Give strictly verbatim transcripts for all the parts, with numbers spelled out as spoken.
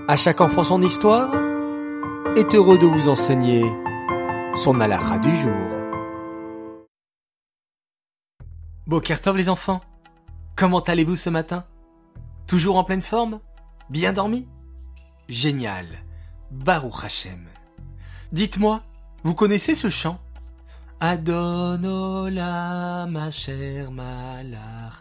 À chaque enfant son histoire est heureux de vous enseigner son halakha du jour. Boker Tov les enfants, comment allez-vous ce matin? Toujours en pleine forme? Bien dormi? Génial, Baruch Hashem. Dites-moi, vous connaissez ce chant? Adon olam asher malach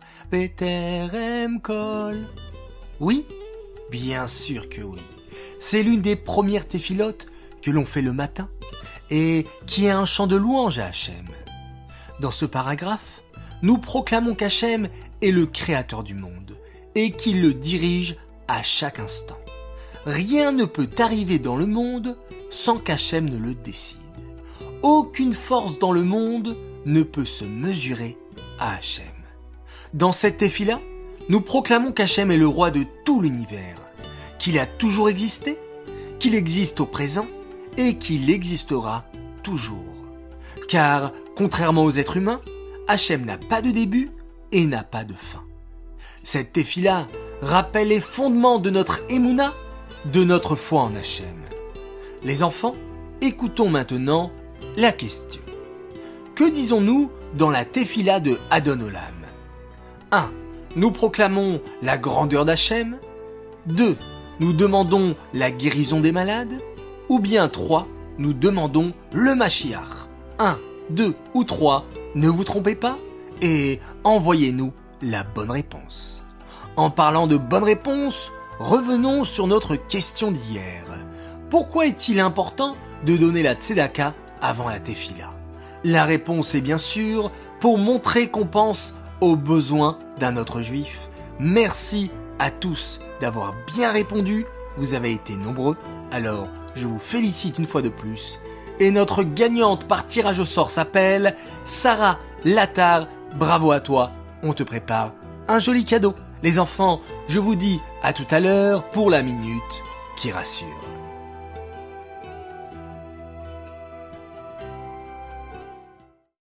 beterem kol. Oui? Bien sûr que oui. C'est l'une des premières téphilotes que l'on fait le matin et qui est un chant de louange à Hachem. Dans ce paragraphe, nous proclamons qu'Hachem est le créateur du monde et qu'il le dirige à chaque instant. Rien ne peut arriver dans le monde sans qu'Hachem ne le décide. Aucune force dans le monde ne peut se mesurer à Hachem. Dans cette téphila, nous proclamons qu'Hachem est le roi de tout l'univers, qu'il a toujours existé, qu'il existe au présent et qu'il existera toujours. Car, contrairement aux êtres humains, Hachem n'a pas de début et n'a pas de fin. Cette téphila rappelle les fondements de notre émouna, de notre foi en Hachem. Les enfants, écoutons maintenant la question. Que disons-nous dans la téphila de Adon Olam? un. Nous proclamons la grandeur d'Hachem. deux. Nous demandons la guérison des malades. Ou bien trois. Nous demandons le Mashiach. un, deux ou trois. Ne vous trompez pas et envoyez-nous la bonne réponse. En parlant de bonne réponse, revenons sur notre question d'hier. Pourquoi est-il important de donner la tzedaka avant la téphila? La réponse est bien sûr pour montrer qu'on pense aux besoins d'un autre juif. Merci à tous d'avoir bien répondu. Vous avez été nombreux, alors je vous félicite une fois de plus. Et notre gagnante par tirage au sort s'appelle Sarah Latar. Bravo à toi, on te prépare un joli cadeau. Les enfants, je vous dis à tout à l'heure pour la minute qui rassure.